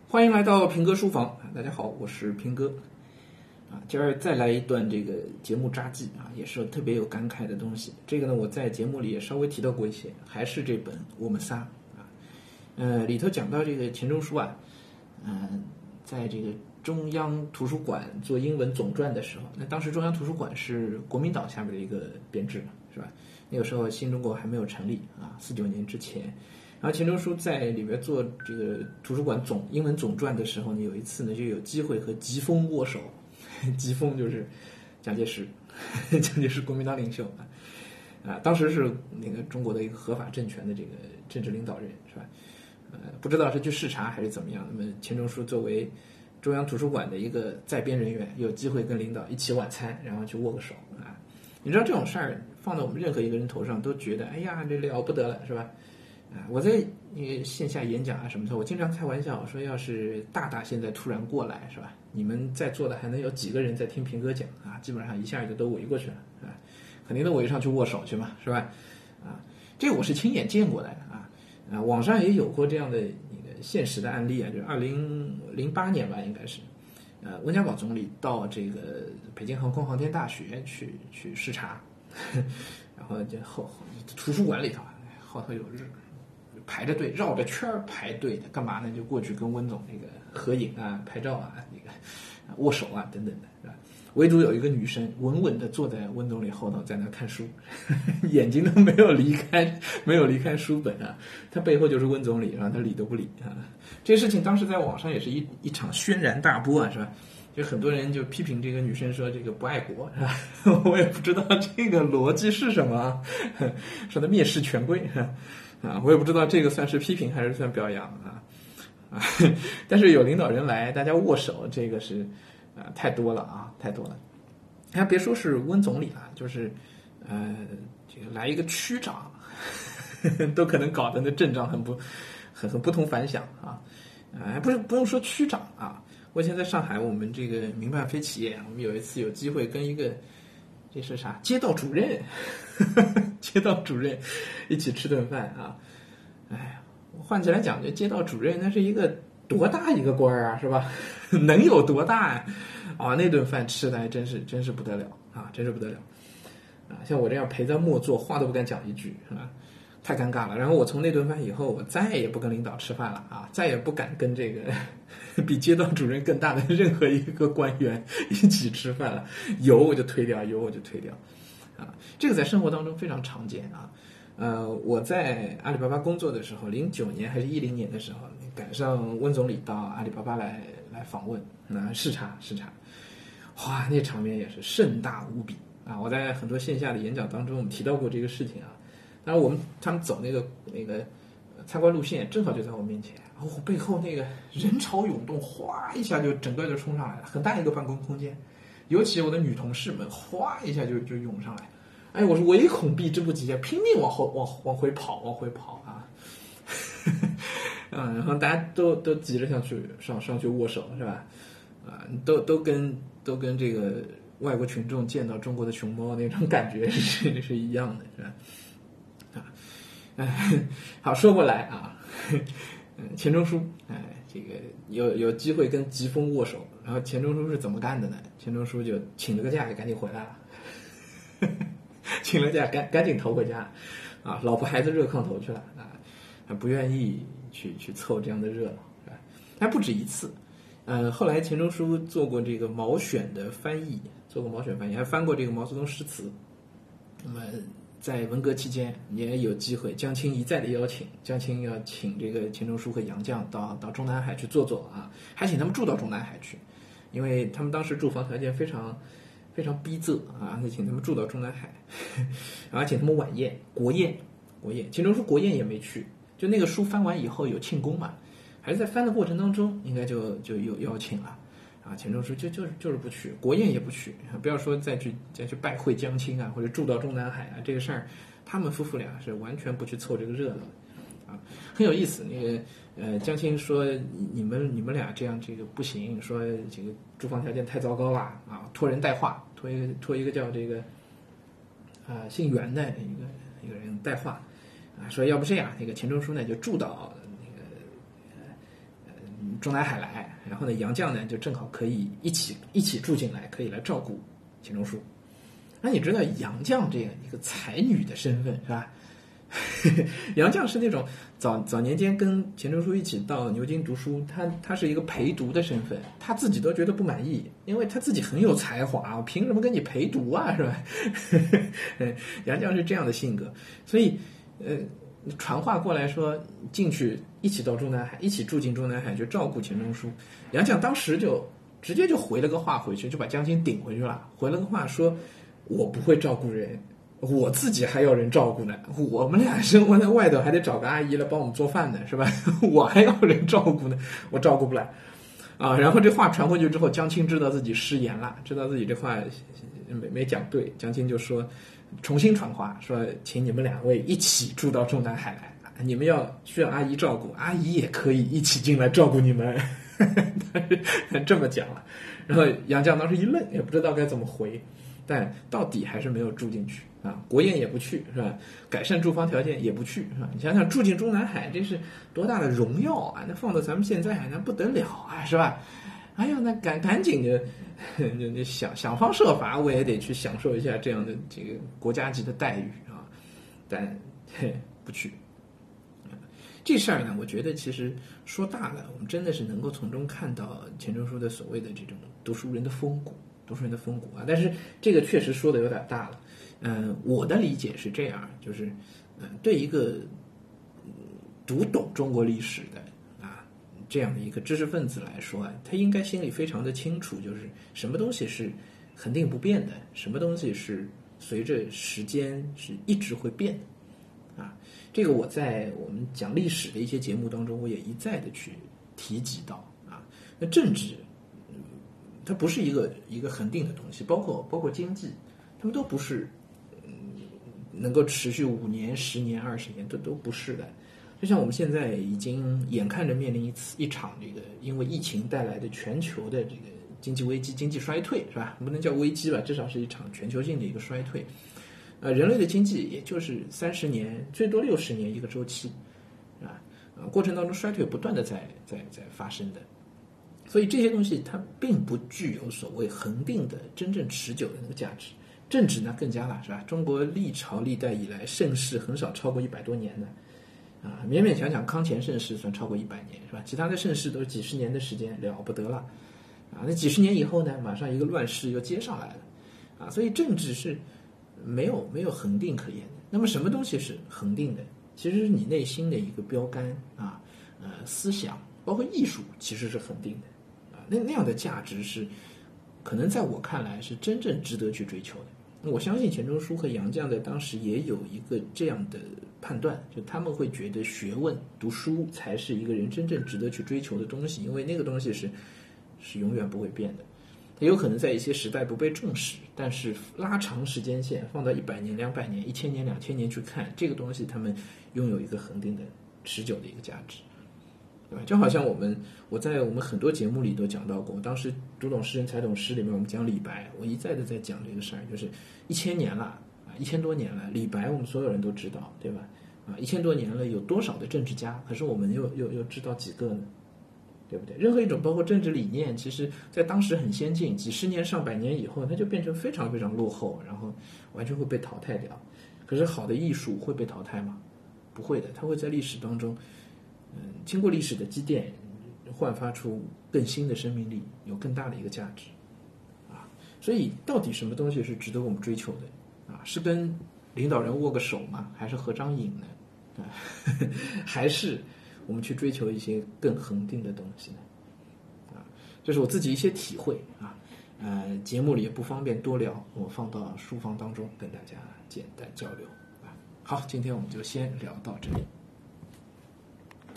欢迎来到平哥书房，大家好，我是平哥。今儿再来一段这个节目札记啊，也是特别有感慨的东西。这个呢，我在节目里也稍微提到过一些，还是这本《我们仨》啊，里头讲到这个钱钟书啊，在这个中央图书馆做英文总传的时候，那当时中央图书馆是国民党下面的一个编制嘛，是吧？那个时候新中国还没有成立啊，49年之前。然后钱钟书在里面做这个图书馆英文总传的时候呢，有一次呢就有机会和吉峰握手，吉峰就是蒋介石，蒋介石国民党领袖当时是那个中国的一个合法政权的这个政治领导人，是吧？不知道是去视察还是怎么样。那么钱钟书作为中央图书馆的一个在编人员，有机会跟领导一起晚餐，然后去握个手啊。你知道这种事儿放到我们任何一个人头上都觉得，哎呀，这了不得了，是吧？我在线下演讲啊什么的，我经常开玩笑说，要是大现在突然过来，是吧？你们在座的还能有几个人在听平哥讲啊？基本上一下就都围过去了，是吧？肯定都围上去握手去嘛，是吧？这个我是亲眼见过的网上也有过这样的一个现实的案例啊，就是2008年吧，应该是，温家宝总理到这个北京航空航天大学去视察，然后就图书馆里头后头有排着队绕着圈排队的，干嘛呢？就过去跟温总那个合影啊、拍照啊、那个握手啊等等的，是吧？唯独有一个女生稳稳地坐在温总理后头，在那看书，眼睛都没有离开书本啊。她背后就是温总理，然后她理都不理啊。这个事情当时在网上也是一场轩然大波啊，是吧？就很多人就批评这个女生说这个不爱国，是吧？我也不知道这个逻辑是什么，说她蔑视权贵我也不知道这个算是批评还是算表扬但是有领导人来，大家握手，这个是太多了啊，太多了。还别说是温总理了，就是这个来一个区长，都可能搞得那阵仗很不同凡响啊。不用说区长啊，我以前在上海，我们这个民办非企业，我们有一次有机会跟一个这是啥街道主任一起吃顿饭啊。我换起来讲，这街道主任那是一个多大一个官啊，是吧？能有多大呀？那顿饭吃的还真是不得了啊，真是不得了像我这样陪在末座，话都不敢讲一句太尴尬了。然后我从那顿饭以后，我再也不跟领导吃饭了再也不敢跟这个比街道主任更大的任何一个官员一起吃饭了。油我就推掉这个在生活当中非常常见我在阿里巴巴工作的时候，09年还是10年的时候，赶上温总理到阿里巴巴来访问，视察，哇，那场面也是盛大无比我在很多线下的演讲当中，我们提到过这个事情当然他们走那个参观路线，正好就在我面前，背后那个人潮涌动，哗一下就整个就冲上来了，很大一个办公空间，尤其我的女同事们，哗一下就涌上来。我是唯恐避之不及拼命往回跑然后大家都急着上去握手，是吧？都跟这个外国群众见到中国的熊猫那种感觉是一样的，是吧？好，说过来钱钟书这个有机会跟吉峰握手，然后钱钟书是怎么干的呢？钱钟书就请了个假，就赶紧回来了。请了假赶紧逃回家老婆孩子热炕头去了还不愿意去凑这样的热闹，是吧？还不止一次后来钱钟书做过这个毛选的翻译，还翻过这个毛泽东诗词。那么在文革期间也有机会，江青一再的邀请，江青要请这个钱钟书和杨绛到中南海去坐还请他们住到中南海去，因为他们当时住房条件非常逼仄就请他们住到中南海，然后请他们晚宴国宴，钱钟书国宴也没去，就那个书翻完以后有庆功嘛，还是在翻的过程当中应该就有邀请了钱钟书就是不去，国宴也不去，不要说再去拜会江青或者住到中南海这个事儿，他们夫妇俩是完全不去凑这个热闹很有意思。那个江青说你们俩这样这个不行，说这个住房条件太糟糕了托人带话，托一个叫这个姓袁的一个人带话说要不这样，那个钱钟书呢就住到中南海来，然后呢，杨绛呢就正好可以一起住进来，可以来照顾钱钟书。那你知道杨绛这样一个才女的身份是吧？杨绛是那种早年间跟钱钟书一起到牛津读书，他是一个陪读的身份，他自己都觉得不满意，因为他自己很有才华，我凭什么跟你陪读啊，是吧？杨绛是这样的性格，所以传话过来说进去一起到中南海，一起住进中南海，就照顾钱钟书。杨绛当时就直接就回了个话回去，就把江青顶回去了，回了个话说：“我不会照顾人。”我自己还要人照顾呢，我们俩生活在外头，还得找个阿姨来帮我们做饭呢，是吧？我还要人照顾呢，我照顾不来啊。然后这话传回去之后，江青知道自己失言了，知道自己这话没讲对，江青就说重新传话，说请你们两位一起住到中南海来，你们需要阿姨照顾，阿姨也可以一起进来照顾你们。他这么讲了，然后杨绛当时一愣，也不知道该怎么回，但到底还是没有住进去。啊，国宴也不去是吧？改善住房条件也不去是吧？你想想住进中南海，这是多大的荣耀啊！那放到咱们现在那不得了啊，是吧？哎呀，那赶紧的，想方设法，我也得去享受一下这样的这个国家级的待遇啊！但不去。这事儿呢，我觉得其实说大了，我们真的是能够从中看到钱钟书的所谓的这种读书人的风骨啊！但是这个确实说的有点大了。我的理解是这样，就是对一个读懂中国历史的这样的一个知识分子来说啊，他应该心里非常的清楚，就是什么东西是恒定不变的，什么东西是随着时间是一直会变的啊。这个我在我们讲历史的一些节目当中，我也一再的去提及到啊。那政治，它不是一个恒定的东西，包括经济，他们都不是。能够持续5年、10年、20年，都不是的。就像我们现在已经眼看着面临一场这个因为疫情带来的全球的这个经济危机、经济衰退，是吧？不能叫危机吧，至少是一场全球性的一个衰退。人类的经济也就是30年，最多60年一个周期，啊，过程当中衰退不断的在发生的。所以这些东西它并不具有所谓恒定的、真正持久的那个价值。政治呢更加了，是吧？中国历朝历代以来盛世很少超过100多年的，啊，勉勉强强康乾盛世算超过100年，是吧？其他的盛世都是几十年的时间，了不得了，啊，那几十年以后呢，马上一个乱世又接上来了，啊，所以政治是没有恒定可言的。那么什么东西是恒定的？其实是你内心的一个标杆啊，思想，包括艺术，其实是恒定的，啊，那样的价值是可能在我看来是真正值得去追求的。我相信钱钟书和杨绛在当时也有一个这样的判断，就他们会觉得学问、读书才是一个人真正值得去追求的东西，因为那个东西是永远不会变的。它有可能在一些时代不被重视，但是拉长时间线，放到100年、200年、1000年、2000年去看，这个东西他们拥有一个恒定的、持久的一个价值。对吧？就好像我在我们很多节目里都讲到过，当时读懂诗人才懂诗里面我们讲李白，我一再的在讲这个事儿，就是1000年了啊，1000多年了，李白我们所有人都知道，对吧？啊，1000多年了，有多少的政治家？可是我们又知道几个呢？对不对？任何一种包括政治理念，其实在当时很先进，几十年、上百年以后，它就变成非常非常落后，然后完全会被淘汰掉。可是好的艺术会被淘汰吗？不会的，它会在历史当中。经过历史的积淀，焕发出更新的生命力，有更大的一个价值，啊，所以到底什么东西是值得我们追求的？啊，是跟领导人握个手吗？还是合张影呢？啊，还是我们去追求一些更恒定的东西呢？啊，这是我自己一些体会啊，节目里也不方便多聊，我放到书房当中跟大家简单交流啊。好，今天我们就先聊到这里。